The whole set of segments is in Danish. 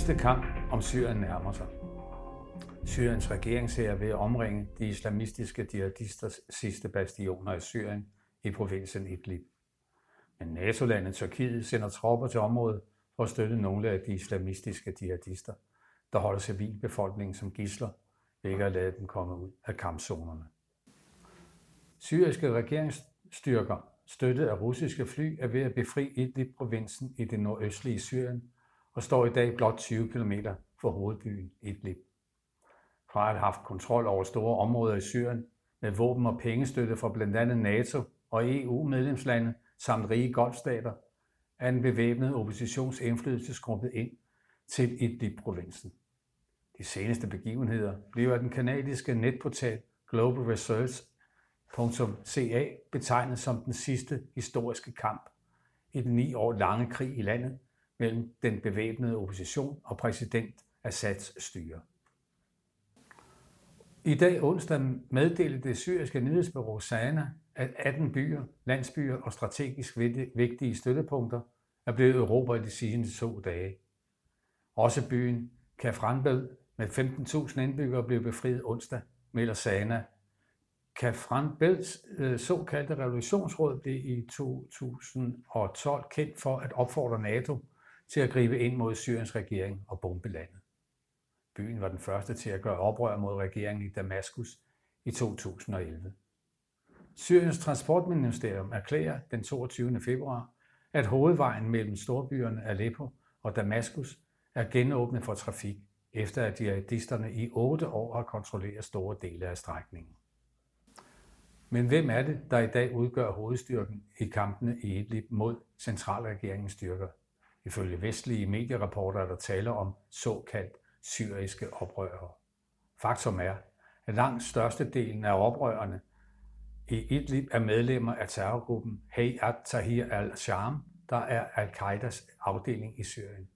sidste kamp om Syrien nærmer sig. Syriens regeringshær er ved at omringe de islamistiske jihadisters sidste bastioner i Syrien i provinsen Idlib. Men NATO-landet Tyrkiet sender tropper til området for at støtte nogle af de islamistiske jihadister, der holder civilbefolkningen som gidsler, ved ikke at lade dem komme ud af kampzonerne. Syriske regeringsstyrker, støttet af russiske fly, er ved at befri Idlib-provinsen i det nordøstlige Syrien og står i dag blot 20 km fra hovedbyen Idlib. Fra at have haft kontrol over store områder i Syrien med våben og pengestøtte fra blandt andet NATO og EU-medlemslande samt rige golfstater, er en bevæbnet oppositionsindflydelse skrumpet ind til Idlib-provinsen. De seneste begivenheder bliver den kanadiske netportal Global Research.ca betegnet som den sidste historiske kamp i den 9 år lange krig i landet mellem den bevæbnede opposition og præsident Assads styre. I dag onsdag meddelte det syriske nyhedsbureau SANA, at 18 byer, landsbyer og strategisk vigtige støttepunkter er blevet erobret de sidste 2 dage. Også byen Kafranbel med 15.000 indbyggere blev befriet onsdag, melder SANA. Kafranbels såkaldte revolutionsråd blev i 2012 kendt for at opfordre NATO til at gribe ind mod Syriens regering og bombe landet. Byen var den første til at gøre oprør mod regeringen i Damaskus i 2011. Syriens transportministerium erklærer den 22. februar, at hovedvejen mellem storbyerne Aleppo og Damaskus er genåbnet for trafik, efter at jihadisterne i 8 år har kontrolleret store dele af strækningen. Men hvem er det, der i dag udgør hovedstyrken i kampene i Idlib mod centralregeringens styrker? Ifølge vestlige medierapporter er der tale om såkaldt syriske oprørere. Faktum er, at langt størstedelen af oprørerne i Idlib er medlemmer af terrorgruppen Hayat Tahrir al-Sham, der er al-Qaidas afdeling i Syrien.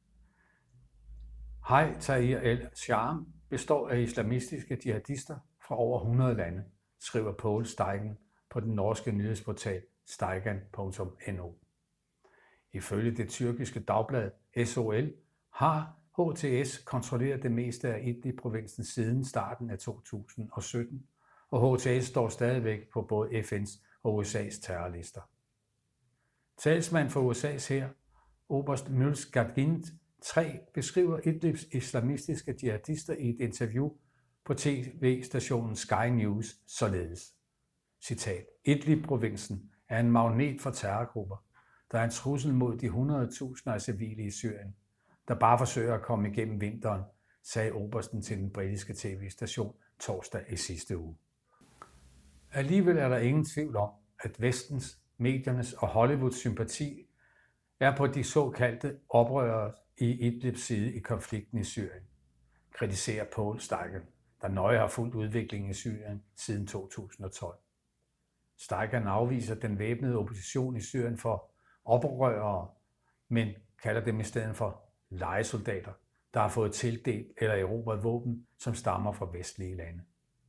Hayat Tahrir al-Sham består af islamistiske jihadister fra over 100 lande, skriver Poul Steigen på den norske nyhedsportal steigen.no. Ifølge det tyrkiske dagblad SOL har HTS kontrolleret det meste af Idlib-provinsen siden starten af 2017, og HTS står stadigvæk på både FN's og USA's terrorlister. Talsmand for USA's hær, oberst Myles Gadgin 3, beskriver Idlibs islamistiske jihadister i et interview på tv-stationen Sky News således. Citat: Idlib-provinsen er en magnet for terrorgrupper, der er en trussel mod de 100.000 af civile i Syrien, der bare forsøger at komme igennem vinteren, sagde obersten til den britiske tv-station torsdag i sidste uge. Alligevel er der ingen tvivl om, at Vestens, mediernes og Hollywoods sympati er på de såkaldte oprørere i Idlibs side i konflikten i Syrien, kritiserer Poul Steigen, der nøje har fulgt udviklingen i Syrien siden 2012. Steigen afviser den væbnede opposition i Syrien for oprørere, men kalder dem i stedet for lejesoldater, der har fået tildelt eller erobret våben, som stammer fra vestlige lande.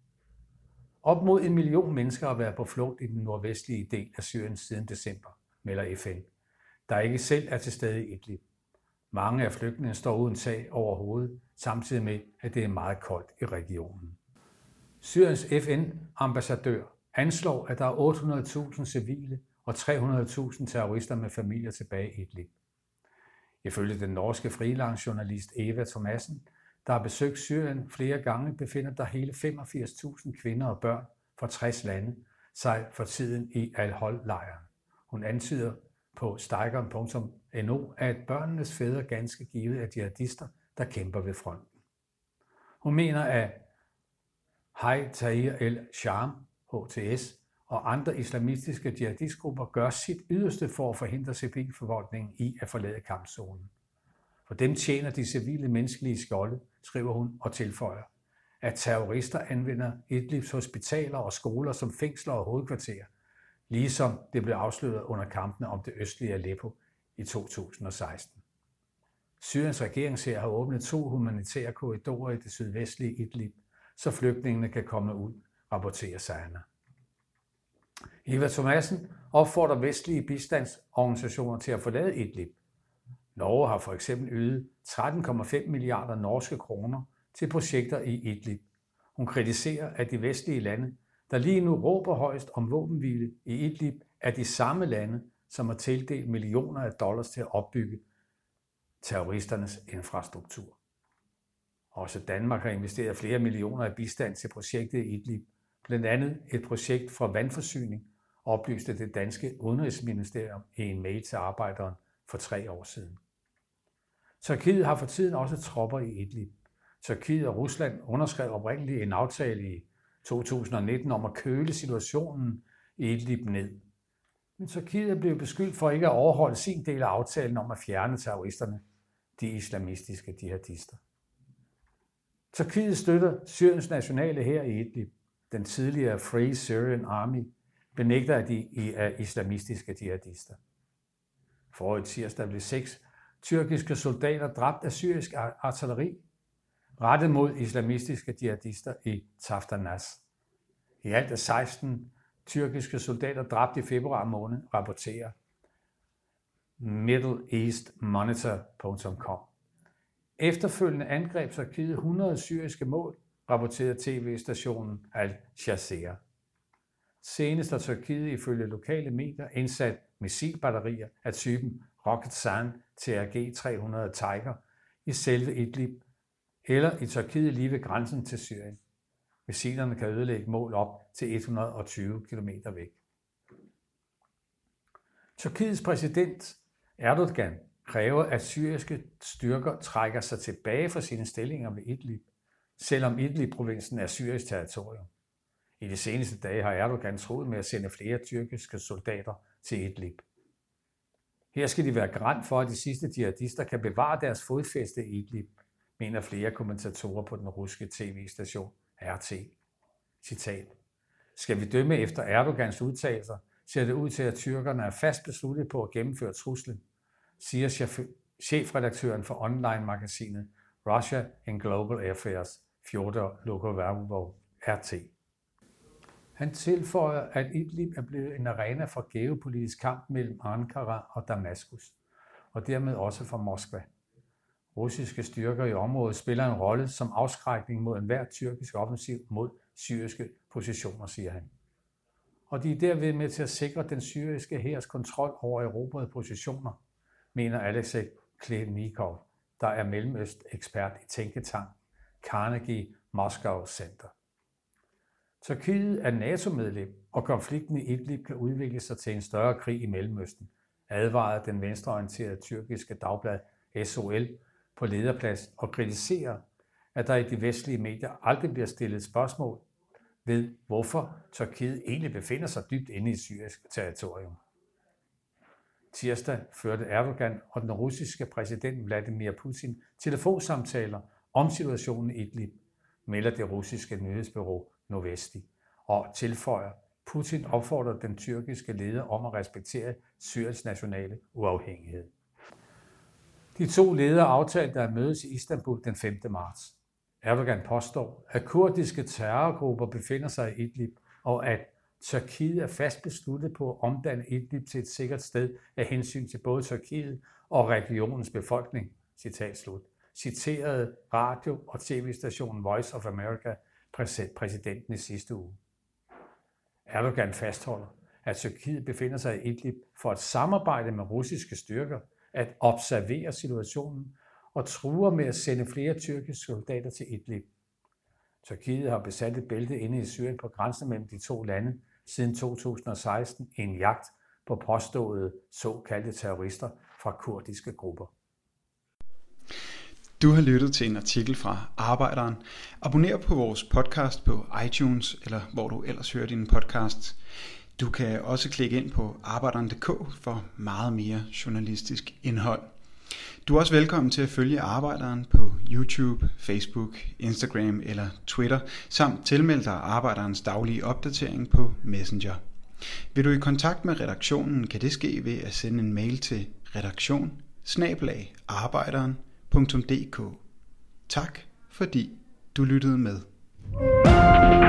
Op mod 1 million mennesker har været på flugt i den nordvestlige del af Syrien siden december, melder FN, der ikke selv er til stede i Idlib. Mange af flygtningene står uden tag over hovedet, samtidig med, at det er meget koldt i regionen. Syriens FN-ambassadør anslår, at der er 800.000 civile og 300.000 terrorister med familier tilbage i Idlib. Ifølge den norske freelance-journalist Eva Thomassen, der har besøgt Syrien flere gange, befinder der hele 85.000 kvinder og børn fra 60 lande sig for tiden i Al-Hol-lejren. Hun antyder på steigen.no, at børnenes fædre ganske givet er jihadister, der kæmper ved fronten. Hun mener, at Hayat Tahrir al-Sham, HTS, og andre islamistiske jihadistgrupper gør sit yderste for at forhindre civilbefolkningen i at forlade kampzonen. For dem tjener de civile menneskelige skjolde, skriver hun og tilføjer, at terrorister anvender Idlibs hospitaler og skoler som fængsler og hovedkvarterer, ligesom det blev afsløret under kampene om det østlige Aleppo i 2016. Syriens regeringshær har åbnet 2 humanitære korridorer i det sydvestlige Idlib, så flygtningene kan komme ud, rapporterer SANA. Eva Thomassen opfordrer vestlige bistandsorganisationer til at forlade Idlib. Norge har for eksempel ydet 13,5 milliarder norske kroner til projekter i Idlib. Hun kritiserer, at de vestlige lande, der lige nu råber højst om våbenhvile i Idlib, er de samme lande, som har tildelt millioner af dollars til at opbygge terroristernes infrastruktur. Også Danmark har investeret flere millioner i bistand til projektet i Idlib. Blandt andet et projekt for vandforsyning, oplyste det danske udenrigsministerium i en mail til arbejderen for 3 år siden. Tyrkiet har for tiden også tropper i Idlib. Tyrkiet og Rusland underskrev oprindeligt en aftale i 2019 om at køle situationen i Idlib ned. Men Tyrkiet blev beskyldt for ikke at overholde sin del af aftalen om at fjerne terroristerne, de islamistiske jihadister. Tyrkiet støtter Syriens nationale hær i Idlib. Den tidligere Free Syrian Army benægter, at de er islamistiske jihadister. Forrige tirsdag blev 6 tyrkiske soldater dræbt af syrisk artilleri, rettet mod islamistiske jihadister i Taftanas. I alt er 16 tyrkiske soldater dræbt i februar måned, rapporterer MiddleEastMonitor.com. Efterfølgende angreb Tyrkiet 100 syriske mål, rapporterede tv-stationen Al Jazeera. Senest har Tyrkiet ifølge lokale medier indsat missilbatterier af typen Roketsan TRG-300 Tiger i selve Idlib eller i Tyrkiet lige ved grænsen til Syrien. Missilerne kan ødelægge mål op til 120 km væk. Tyrkiets præsident Erdogan kræver, at syriske styrker trækker sig tilbage fra sine stillinger ved Idlib, selvom Idlib-provinsen er syrisk territorium. I de seneste dage har Erdogan truet med at sende flere tyrkiske soldater til Idlib. Her skal de være garant for, at de sidste jihadister kan bevare deres fodfæste i Idlib, mener flere kommentatorer på den russiske tv-station RT. Citat. Skal vi dømme efter Erdogans udtalelser, ser det ud til, at tyrkerne er fast besluttet på at gennemføre truslen, siger chefredaktøren for online-magasinet Russia in Global Affairs, Fyodor Lukovarov, RT. Han tilføjer, at Idlib er blevet en arena for geopolitisk kamp mellem Ankara og Damaskus, og dermed også for Moskva. Russiske styrker i området spiller en rolle som afskrækning mod enhver tyrkisk offensiv mod syriske positioner, siger han. Og de er derved med til at sikre den syriske hærs kontrol over erobrede positioner, mener Alexei Klenikov, der er mellemøst-ekspert i tænketank Carnegie Moscow Center. Tyrkiet er NATO-medlem, og konflikten i Idlib kan udvikle sig til en større krig i Mellemøsten, advarede den venstreorienterede tyrkiske dagblad SOL på lederplads og kritiserer, at der i de vestlige medier aldrig bliver stillet spørgsmål ved, hvorfor Tyrkiet egentlig befinder sig dybt inde i syrisk territorium. Tirsdag førte Erdogan og den russiske præsident Vladimir Putin telefonsamtaler om situationen i Idlib, melder det russiske nyhedsbureau Novosti, og tilføjer, Putin opfordrer den tyrkiske leder om at respektere Syriens nationale uafhængighed. De to ledere aftalte at mødes i Istanbul den 5. marts. Erdogan påstår, at kurdiske terrorgrupper befinder sig i Idlib, og at Tyrkiet er fast besluttet på at omdanne Idlib til et sikkert sted af hensyn til både Tyrkiet og regionens befolkning, citat slut, citerede radio- og tv-stationen Voice of America præsidenten i sidste uge. Erdogan fastholder, at Tyrkiet befinder sig i Idlib for at samarbejde med russiske styrker, at observere situationen og truer med at sende flere tyrkiske soldater til Idlib. Tyrkiet har besat et bælte inde i Syrien på grænsen mellem de to lande siden 2016 i en jagt på påståede såkaldte terrorister fra kurdiske grupper. Du har lyttet til en artikel fra Arbejderen. Abonner på vores podcast på iTunes, eller hvor du ellers hører dine podcasts. Du kan også klikke ind på arbejderen.dk for meget mere journalistisk indhold. Du er også velkommen til at følge Arbejderen på YouTube, Facebook, Instagram eller Twitter, samt tilmelde dig Arbejderens daglige opdatering på Messenger. Vil du i kontakt med redaktionen, kan det ske ved at sende en mail til redaktion@arbejderen.dk. Tak fordi du lyttede med.